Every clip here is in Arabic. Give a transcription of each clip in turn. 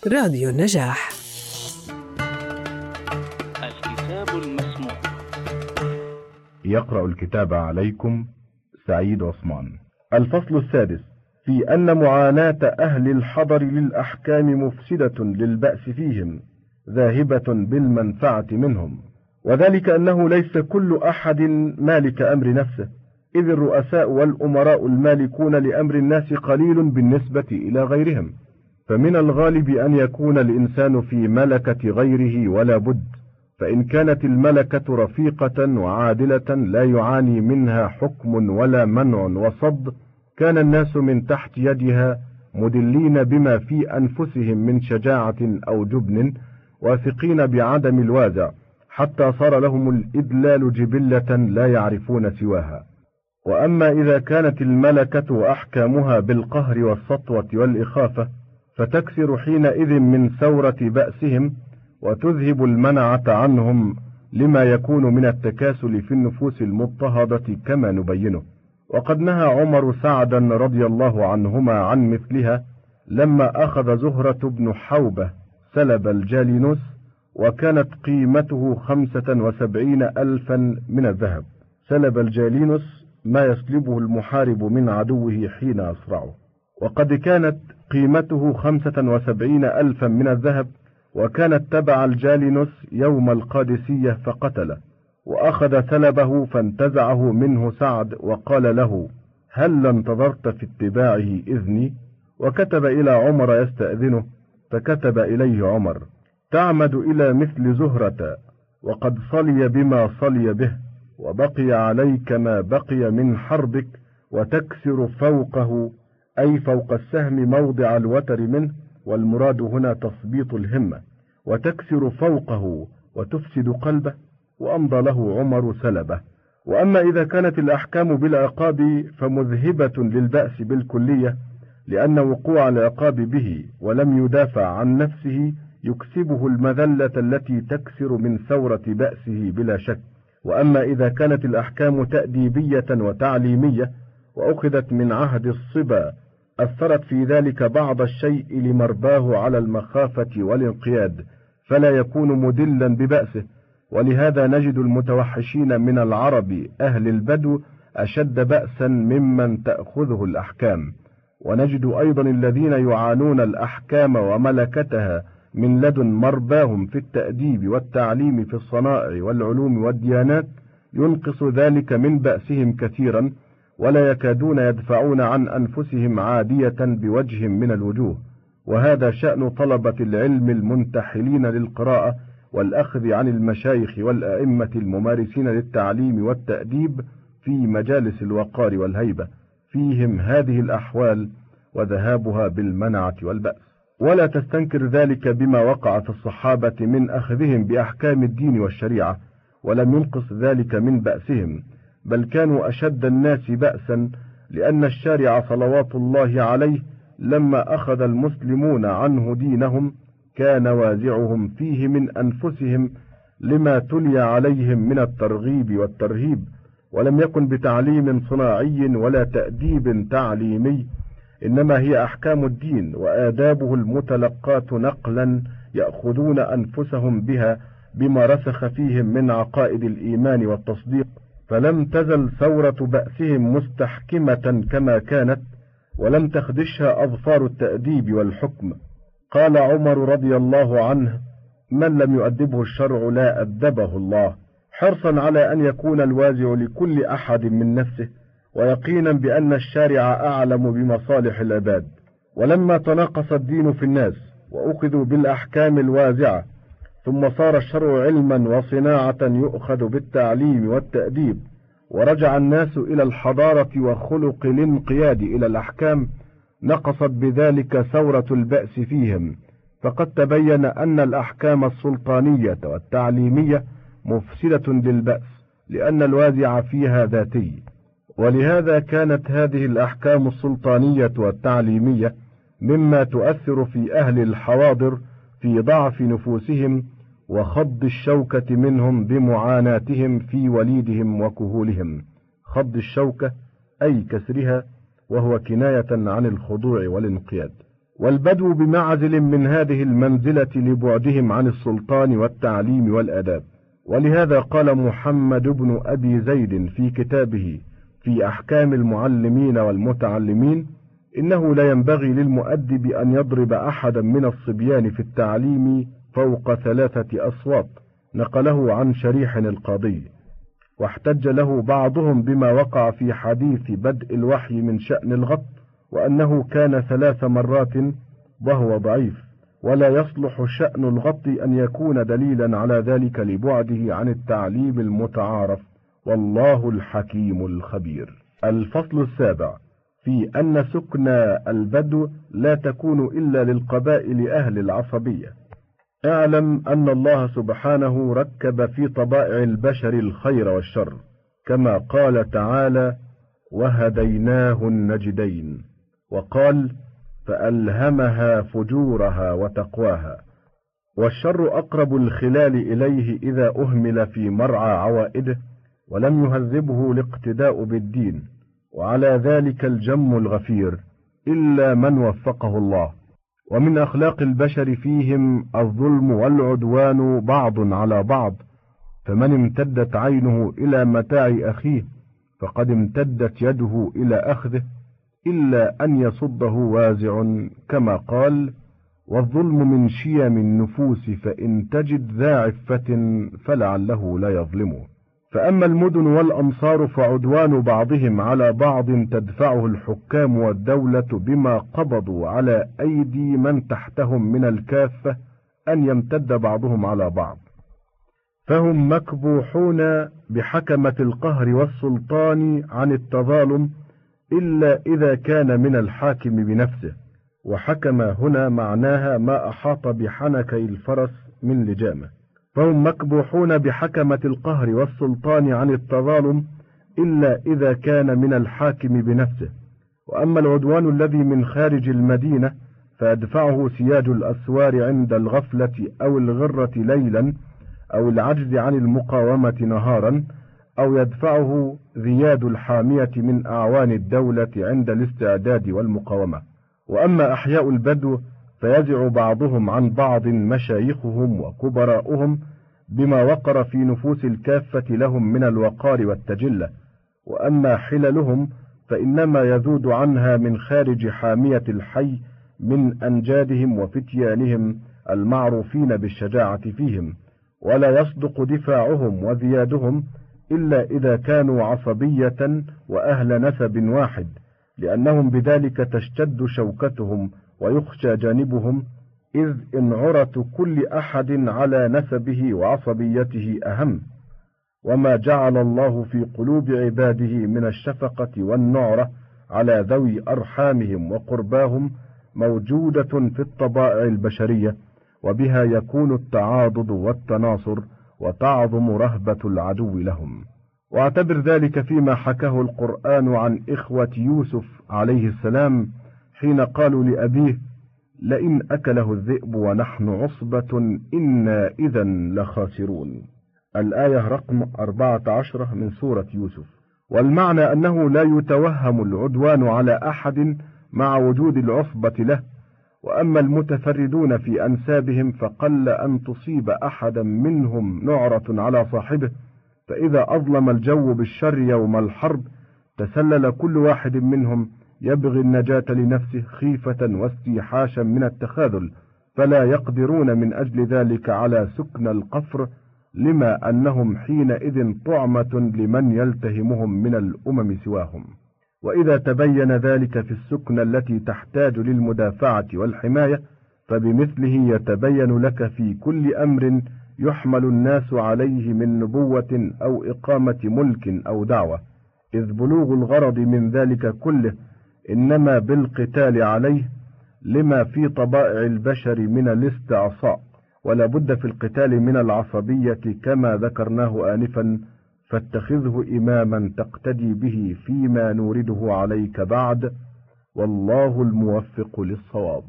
راديو النجاح. الكتاب المسموع. يقرأ الكتاب عليكم سعيد عثمان. الفصل السادس في أن معاناة أهل الحضر للأحكام مفسدة للبأس فيهم ذاهبة بالمنفعة منهم، وذلك أنه ليس كل أحد مالك أمر نفسه، إذ الرؤساء والأمراء المالكون لأمر الناس قليل بالنسبة إلى غيرهم، فمن الغالب أن يكون الإنسان في ملكة غيره ولا بد، فإن كانت الملكة رفيقة وعادلة لا يعاني منها حكم ولا منع وصد، كان الناس من تحت يدها مدلين بما في أنفسهم من شجاعة أو جبن، واثقين بعدم الوازع، حتى صار لهم الإدلال جبلة لا يعرفون سواها. وأما إذا كانت الملكة وأحكامها بالقهر والسطوة والإخافة، فتكسر حينئذ من ثورة بأسهم وتذهب المنعة عنهم لما يكون من التكاسل في النفوس المضطهدة كما نبينه. وقد نهى عمر سعدا رضي الله عنهما عن مثلها لما أخذ زهرة بن حوبة سلب الجالينوس، وكانت قيمته 75,000 من الذهب. سلب الجالينوس ما يسلبه المحارب من عدوه حين أسرعه، وقد كانت قيمته 75,000 من الذهب، وكانت تبع الجالينوس يوم القادسية فقتله، وأخذ سلبه فانتزعه منه سعد وقال له: هل انتظرت في اتباعه إذني؟ وكتب إلى عمر يستأذنه، فكتب إليه عمر: تعمد إلى مثل زهرة، وقد صلي بما صلي به، وبقي عليك ما بقي من حربك، وتكسر فوقه، أي فوق السهم موضع الوتر منه، والمراد هنا تثبيط الهمة، وتكسر فوقه وتفسد قلبه، وأمضى له عمر سلبه. وأما إذا كانت الأحكام بالعقاب فمذهبة للبأس بالكلية، لأن وقوع العقاب به ولم يدافع عن نفسه يكسبه المذلة التي تكسر من ثورة بأسه بلا شك. وأما إذا كانت الأحكام تأديبية وتعليمية وأخذت من عهد الصبا، أثرت في ذلك بعض الشيء لمرباه على المخافة والانقياد، فلا يكون مدلا ببأسه. ولهذا نجد المتوحشين من العرب أهل البدو أشد بأسا ممن تأخذه الأحكام، ونجد أيضا الذين يعانون الأحكام وملكتها من لدن مرباهم في التأديب والتعليم في الصنائع والعلوم والديانات، ينقص ذلك من بأسهم كثيرا، ولا يكادون يدفعون عن أنفسهم عادية بوجه من الوجوه. وهذا شأن طلبة العلم المنتحلين للقراءة والأخذ عن المشايخ والأئمة الممارسين للتعليم والتأديب في مجالس الوقار والهيبة، فيهم هذه الأحوال وذهابها بالمنعة والبأس. ولا تستنكر ذلك بما وقع في الصحابة من أخذهم بأحكام الدين والشريعة، ولم ينقص ذلك من بأسهم، بل كانوا أشد الناس بأسا، لأن الشارع صلوات الله عليه لما أخذ المسلمون عنه دينهم كان وازعهم فيه من أنفسهم لما تلي عليهم من الترغيب والترهيب، ولم يكن بتعليم صناعي ولا تأديب تعليمي، إنما هي أحكام الدين وآدابه المتلقاة نقلا يأخذون أنفسهم بها بما رسخ فيهم من عقائد الإيمان والتصديق. فلم تزل ثورة بأسهم مستحكمة كما كانت، ولم تخدشها أظفار التأديب والحكم. قال عمر رضي الله عنه: من لم يؤدبه الشرع لا أدبه الله، حرصا على أن يكون الوازع لكل أحد من نفسه، ويقينا بأن الشارع أعلم بمصالح العباد. ولما تناقص الدين في الناس وأخذوا بالأحكام الوازعة، ثم صار الشرع علما وصناعة يؤخذ بالتعليم والتأديب، ورجع الناس إلى الحضارة وخلق الانقياد إلى الأحكام، نقصت بذلك ثورة البأس فيهم، فقد تبين أن الأحكام السلطانية والتعليمية مفسدة للبأس، لأن الوازع فيها ذاتي. ولهذا كانت هذه الأحكام السلطانية والتعليمية مما تؤثر في أهل الحواضر في ضعف نفوسهم وخض الشوكة منهم بمعاناتهم في وليدهم وكهولهم. خض الشوكة أي كسرها، وهو كناية عن الخضوع والانقياد. والبدو بمعزل من هذه المنزلة لبعدهم عن السلطان والتعليم والآداب. ولهذا قال محمد بن أبي زيد في كتابه في أحكام المعلمين والمتعلمين: إنه لا ينبغي للمؤدب أن يضرب أحدا من الصبيان في التعليم فوق 3 أصوات، نقله عن شريح القاضي. واحتج له بعضهم بما وقع في حديث بدء الوحي من شأن الغط، وأنه كان 3 مرات، وهو ضعيف، ولا يصلح شأن الغط أن يكون دليلا على ذلك لبعده عن التعليم المتعارف، والله الحكيم الخبير. الفصل 7 في أن سكن البدو لا تكون إلا للقبائل أهل العصبية. اعلم أن الله سبحانه ركب في طبائع البشر الخير والشر، كما قال تعالى: وهديناه النجدين، وقال: فألهمها فجورها وتقواها. والشر أقرب الخلال إليه إذا أهمل في مرعى عوائده ولم يهذبه الاقتداء بالدين، وعلى ذلك الجم الغفير إلا من وفقه الله. ومن أخلاق البشر فيهم الظلم والعدوان بعض على بعض، فمن امتدت عينه إلى متاع أخيه فقد امتدت يده إلى أخذه، إلا أن يصده وازع، كما قال: والظلم من شيم النفوس فإن تجد ذا عفة فلعله لا يظلمه. فأما المدن والأمصار فعدوان بعضهم على بعض تدفعه الحكام والدولة بما قبضوا على أيدي من تحتهم من الكافة أن يمتد بعضهم على بعض، فهم مكبوحون بحكمة القهر والسلطان عن التظالم، إلا إذا كان من الحاكم بنفسه. وحكم هنا معناها ما أحاط بحنكي الفرس من لجامه. فهم مكبوحون بحكمة القهر والسلطان عن التظالم إلا إذا كان من الحاكم بنفسه. وأما العدوان الذي من خارج المدينة فيدفعه سياج الأسوار عند الغفلة أو الغرة ليلا، أو العجز عن المقاومة نهارا، أو يدفعه ذياد الحامية من أعوان الدولة عند الاستعداد والمقاومة. وأما أحياء البدو فيزع بعضهم عن بعض مشايخهم وكبراؤهم بما وقر في نفوس الكافة لهم من الوقار والتجلة. وأما حللهم فإنما يذود عنها من خارج حامية الحي من أنجادهم وفتيانهم المعروفين بالشجاعة فيهم، ولا يصدق دفاعهم وذيادهم إلا إذا كانوا عصبية وأهل نسب واحد، لأنهم بذلك تشتد شوكتهم ويخشى جانبهم، إذ انعرة كل أحد على نسبه وعصبيته أهم. وما جعل الله في قلوب عباده من الشفقة والنعرة على ذوي أرحامهم وقرباهم موجودة في الطبائع البشرية، وبها يكون التعاضد والتناصر وتعظم رهبة العدو لهم. واعتبر ذلك فيما حكاه القرآن عن إخوة يوسف عليه السلام حين قالوا لأبيه: لئن أكله الذئب ونحن عصبة إنا إذا لخاسرون. الآية رقم 14 من سورة يوسف. والمعنى أنه لا يتوهم العدوان على أحد مع وجود العصبة له. وأما المتفردون في أنسابهم فقل أن تصيب أحدا منهم نعرة على صاحبه، فإذا أظلم الجو بالشر يوم الحرب تسلل كل واحد منهم يبغي النجاة لنفسه خيفة واستيحاشا من التخاذل، فلا يقدرون من أجل ذلك على سكن القفر، لما أنهم حينئذ طعمة لمن يلتهمهم من الأمم سواهم. وإذا تبين ذلك في السكن التي تحتاج للمدافعة والحماية، فبمثله يتبين لك في كل أمر يحمل الناس عليه من نبوة أو إقامة ملك أو دعوة، إذ بلوغ الغرض من ذلك كله إنما بالقتال عليه، لما في طبائع البشر من الاستعصاء، ولا بد في القتال من العصبية كما ذكرناه آنفا، فاتخذه إماما تقتدي به فيما نورده عليك بعد، والله الموفق للصواب.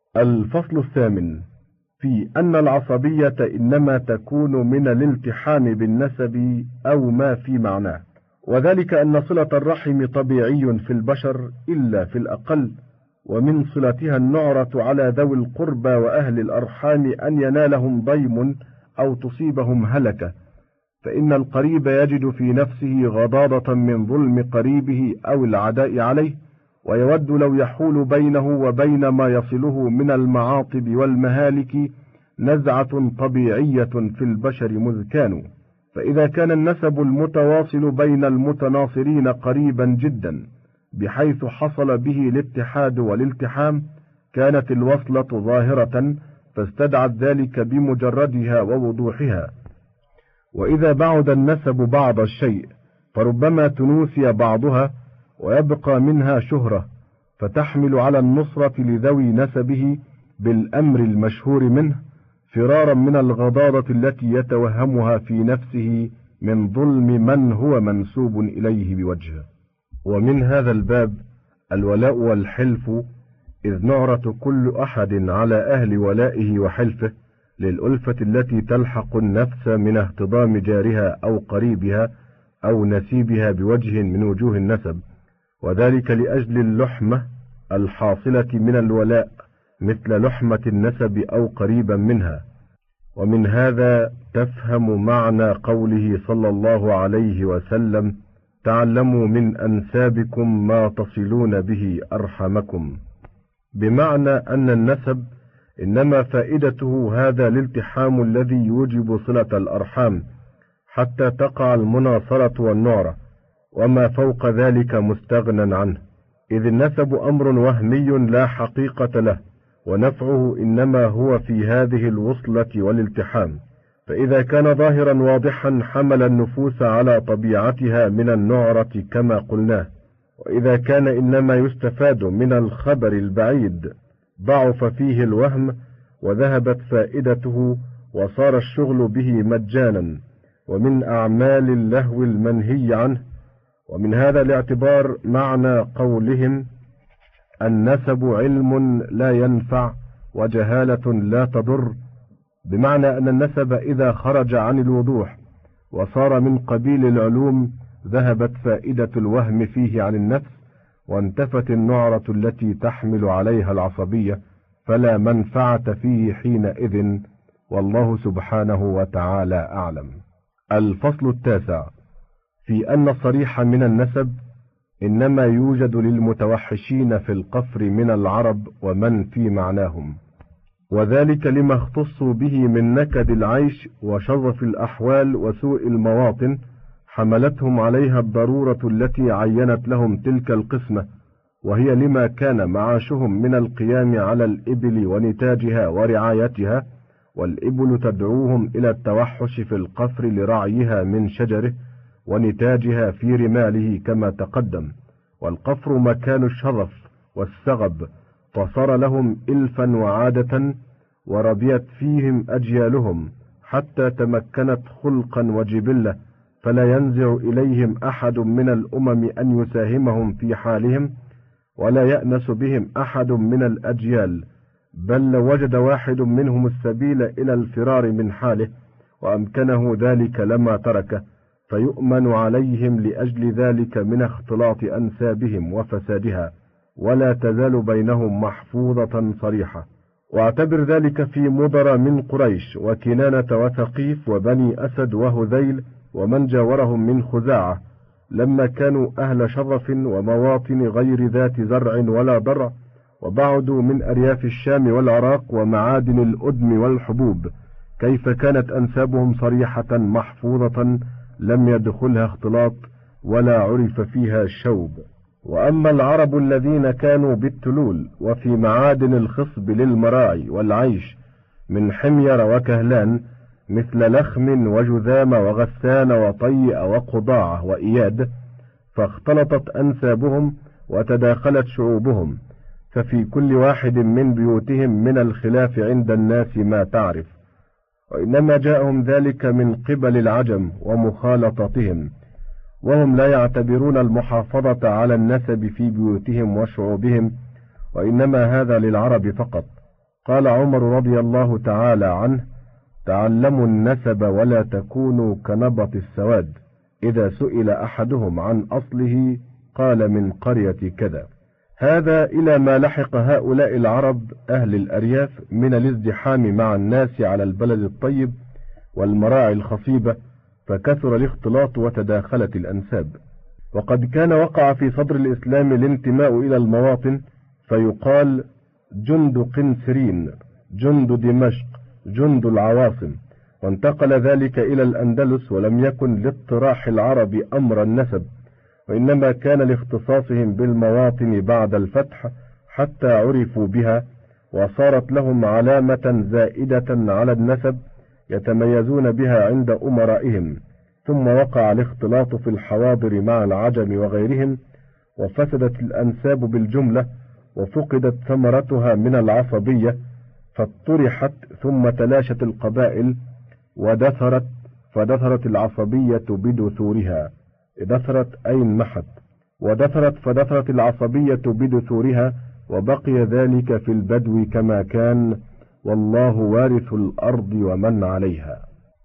الفصل 8 في أن العصبية إنما تكون من الالتحام بالنسب أو ما في معناه، وذلك أن صلة الرحم طبيعي في البشر إلا في الأقل، ومن صلتها النعرة على ذوي القربى وأهل الأرحام أن ينالهم ضيم أو تصيبهم هلكة، فإن القريب يجد في نفسه غضاضة من ظلم قريبه أو العداء عليه، ويود لو يحول بينه وبين ما يصله من المعاطب والمهالك نزعة طبيعية في البشر مذ كانوا. فإذا كان النسب المتواصل بين المتناصرين قريبا جدا بحيث حصل به الاتحاد والالتحام، كانت الوصلة ظاهرة فاستدعت ذلك بمجردها ووضوحها. وإذا بعد النسب بعض الشيء فربما تنوسي بعضها ويبقى منها شهرة، فتحمل على النصرة لذوي نسبه بالأمر المشهور منه، فرارا من الغضاضة التي يتوهمها في نفسه من ظلم من هو منسوب إليه بوجهه. ومن هذا الباب الولاء والحلف، إذ نعرة كل أحد على أهل ولائه وحلفه للألفة التي تلحق النفس من اهتضام جارها أو قريبها أو نسيبها بوجه من وجوه النسب، وذلك لأجل اللحمة الحاصلة من الولاء مثل لحمة النسب أو قريبا منها. ومن هذا تفهم معنى قوله صلى الله عليه وسلم: تعلموا من أنسابكم ما تصلون به أرحمكم، بمعنى أن النسب إنما فائدته هذا الالتحام الذي يوجب صلة الأرحام حتى تقع المناصرة والنعرة، وما فوق ذلك مستغنى عنه، إذ النسب أمر وهمي لا حقيقة له، ونفعه إنما هو في هذه الوصلة والالتحام. فإذا كان ظاهرا واضحا حمل النفوس على طبيعتها من النعرة كما قلناه، وإذا كان إنما يستفاد من الخبر البعيد ضعف فيه الوهم وذهبت فائدته وصار الشغل به مجانا ومن أعمال اللهو المنهي عنه. ومن هذا الاعتبار معنى قولهم: النسب علم لا ينفع وجهالة لا تضر، بمعنى أن النسب إذا خرج عن الوضوح وصار من قبيل العلوم ذهبت فائدة الوهم فيه عن النفس، وانتفت النعرة التي تحمل عليها العصبية، فلا منفعة فيه حينئذ، والله سبحانه وتعالى أعلم. الفصل 9 في أن الصريح من النسب إنما يوجد للمتوحشين في القفر من العرب ومن في معناهم، وذلك لما اختصوا به من نكد العيش وشظف الأحوال وسوء المواطن، حملتهم عليها الضرورة التي عينت لهم تلك القسمة، وهي لما كان معاشهم من القيام على الإبل ونتاجها ورعايتها، والإبل تدعوهم إلى التوحش في القفر لرعيها من شجره ونتاجها في رماله كما تقدم، والقفر مكان الشظف والسغب، فصار لهم إلفا وعادة، وربيت فيهم أجيالهم حتى تمكنت خلقا وجبلة، فلا ينزع إليهم أحد من الأمم أن يساهمهم في حالهم، ولا يأنس بهم أحد من الأجيال، بل لو وجد واحد منهم السبيل إلى الفرار من حاله وأمكنه ذلك لما تركه، فيؤمن عليهم لأجل ذلك من اختلاط أنسابهم وفسادها، ولا تزال بينهم محفوظة صريحة. واعتبر ذلك في مضر من قريش وكنانة وثقيف وبني أسد وهذيل ومن جاورهم من خزاعة، لما كانوا أهل شرف ومواطن غير ذات زرع ولا ضرع، وبعدوا من أرياف الشام والعراق ومعادن الأدم والحبوب، كيف كانت أنسابهم صريحة محفوظة لم يدخلها اختلاط ولا عرف فيها شوب. وأما العرب الذين كانوا بالتلول وفي معادن الخصب للمراعي والعيش من حمير وكهلان مثل لخم وجذام وغسان وطيء وقضاعة وإياد، فاختلطت أنسابهم وتداخلت شعوبهم، ففي كل واحد من بيوتهم من الخلاف عند الناس ما تعرف، وإنما جاءهم ذلك من قبل العجم ومخالطتهم، وهم لا يعتبرون المحافظة على النسب في بيوتهم وشعوبهم، وإنما هذا للعرب فقط. قال عمر رضي الله تعالى عنه: تعلموا النسب ولا تكونوا كنبط السواد، إذا سئل أحدهم عن أصله قال من قرية كذا. هذا إلى ما لحق هؤلاء العرب أهل الأرياف من الازدحام مع الناس على البلد الطيب والمراعي الخصيبة، فكثر الاختلاط وتداخلت الأنساب. وقد كان وقع في صدر الإسلام الانتماء إلى المواطن، فيقال جند قنسرين، جند دمشق، جند العواصم، وانتقل ذلك إلى الأندلس، ولم يكن لاطراح العرب أمر النسب، وإنما كان لاختصاصهم بالمواطن بعد الفتح حتى عرفوا بها، وصارت لهم علامة زائدة على النسب يتميزون بها عند أمرائهم. ثم وقع الاختلاط في الحواضر مع العجم وغيرهم، وفسدت الأنساب بالجملة، وفقدت ثمرتها من العصبية، فاطرحت ثم تلاشت القبائل فدثرت العصبية بدثورها. دثرت أي انمحت، فدثرت العصبية بدثورها، وبقي ذلك في البدو كما كان، والله وارث الأرض ومن عليها.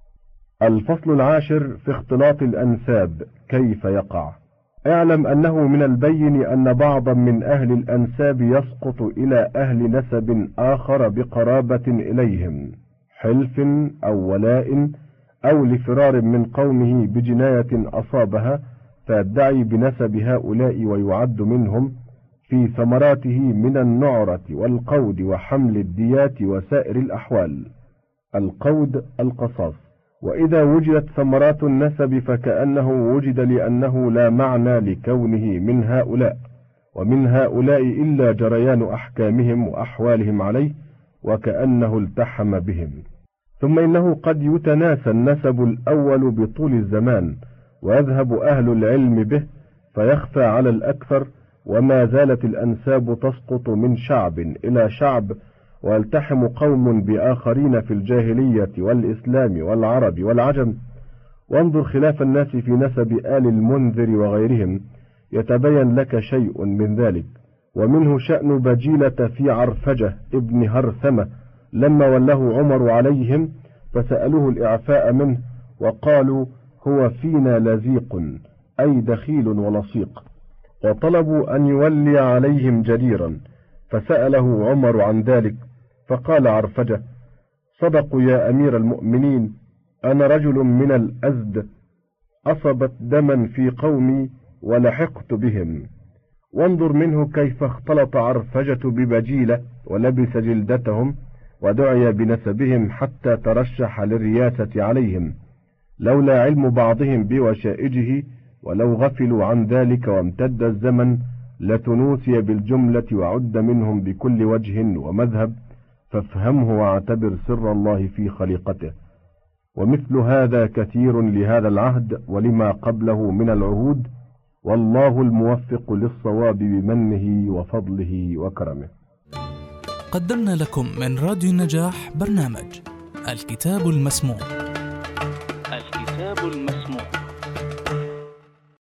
الفصل العاشر في اختلاط الأنساب كيف يقع. اعلم أنه من البين أن بعضا من أهل الأنساب يسقط إلى أهل نسب آخر بقرابة إليهم، حلف أو ولاء، أو لفرار من قومه بجناية أصابها، فيدعي بنسب هؤلاء ويعد منهم في ثمراته من النعرة والقود وحمل الديات وسائر الأحوال. القود القصاص. وإذا وجدت ثمرات النسب فكأنه وجد، لأنه لا معنى لكونه من هؤلاء ومن هؤلاء إلا جريان أحكامهم وأحوالهم عليه، وكأنه التحم بهم. ثم إنه قد يتناسى النسب الأول بطول الزمان، ويذهب أهل العلم به فيخفى على الأكثر، وما زالت الأنساب تسقط من شعب إلى شعب، ويلتحم قوم بآخرين في الجاهلية والإسلام والعرب والعجم. وانظر خلاف الناس في نسب آل المنذر وغيرهم، يتبين لك شيء من ذلك. ومنه شأن بجيلة في عرفجة ابن هرثمة، لما وله عمر عليهم فسألوه الإعفاء منه، وقالوا هو فينا لزيق، أي دخيل ولصيق، وطلبوا أن يولي عليهم جديرا، فسأله عمر عن ذلك، فقال عرفجة: صدقوا يا أمير المؤمنين، أنا رجل من الأزد، أصبت دما في قومي ولحقت بهم. وانظر منه كيف اختلط عرفجة ببجيلة ولبس جلدتهم، ودعي بنسبهم حتى ترشح للرياسة عليهم، لولا علم بعضهم بوشائجه، ولو غفلوا عن ذلك وامتد الزمن لتنوسي بالجملة وعد منهم بكل وجه ومذهب، فافهمه واعتبر سر الله في خليقته. ومثل هذا كثير لهذا العهد ولما قبله من العهود، والله الموفق للصواب بمنه وفضله وكرمه. قدمنا لكم من راديو النجاح برنامج الكتاب المسموع. الكتاب المسموع.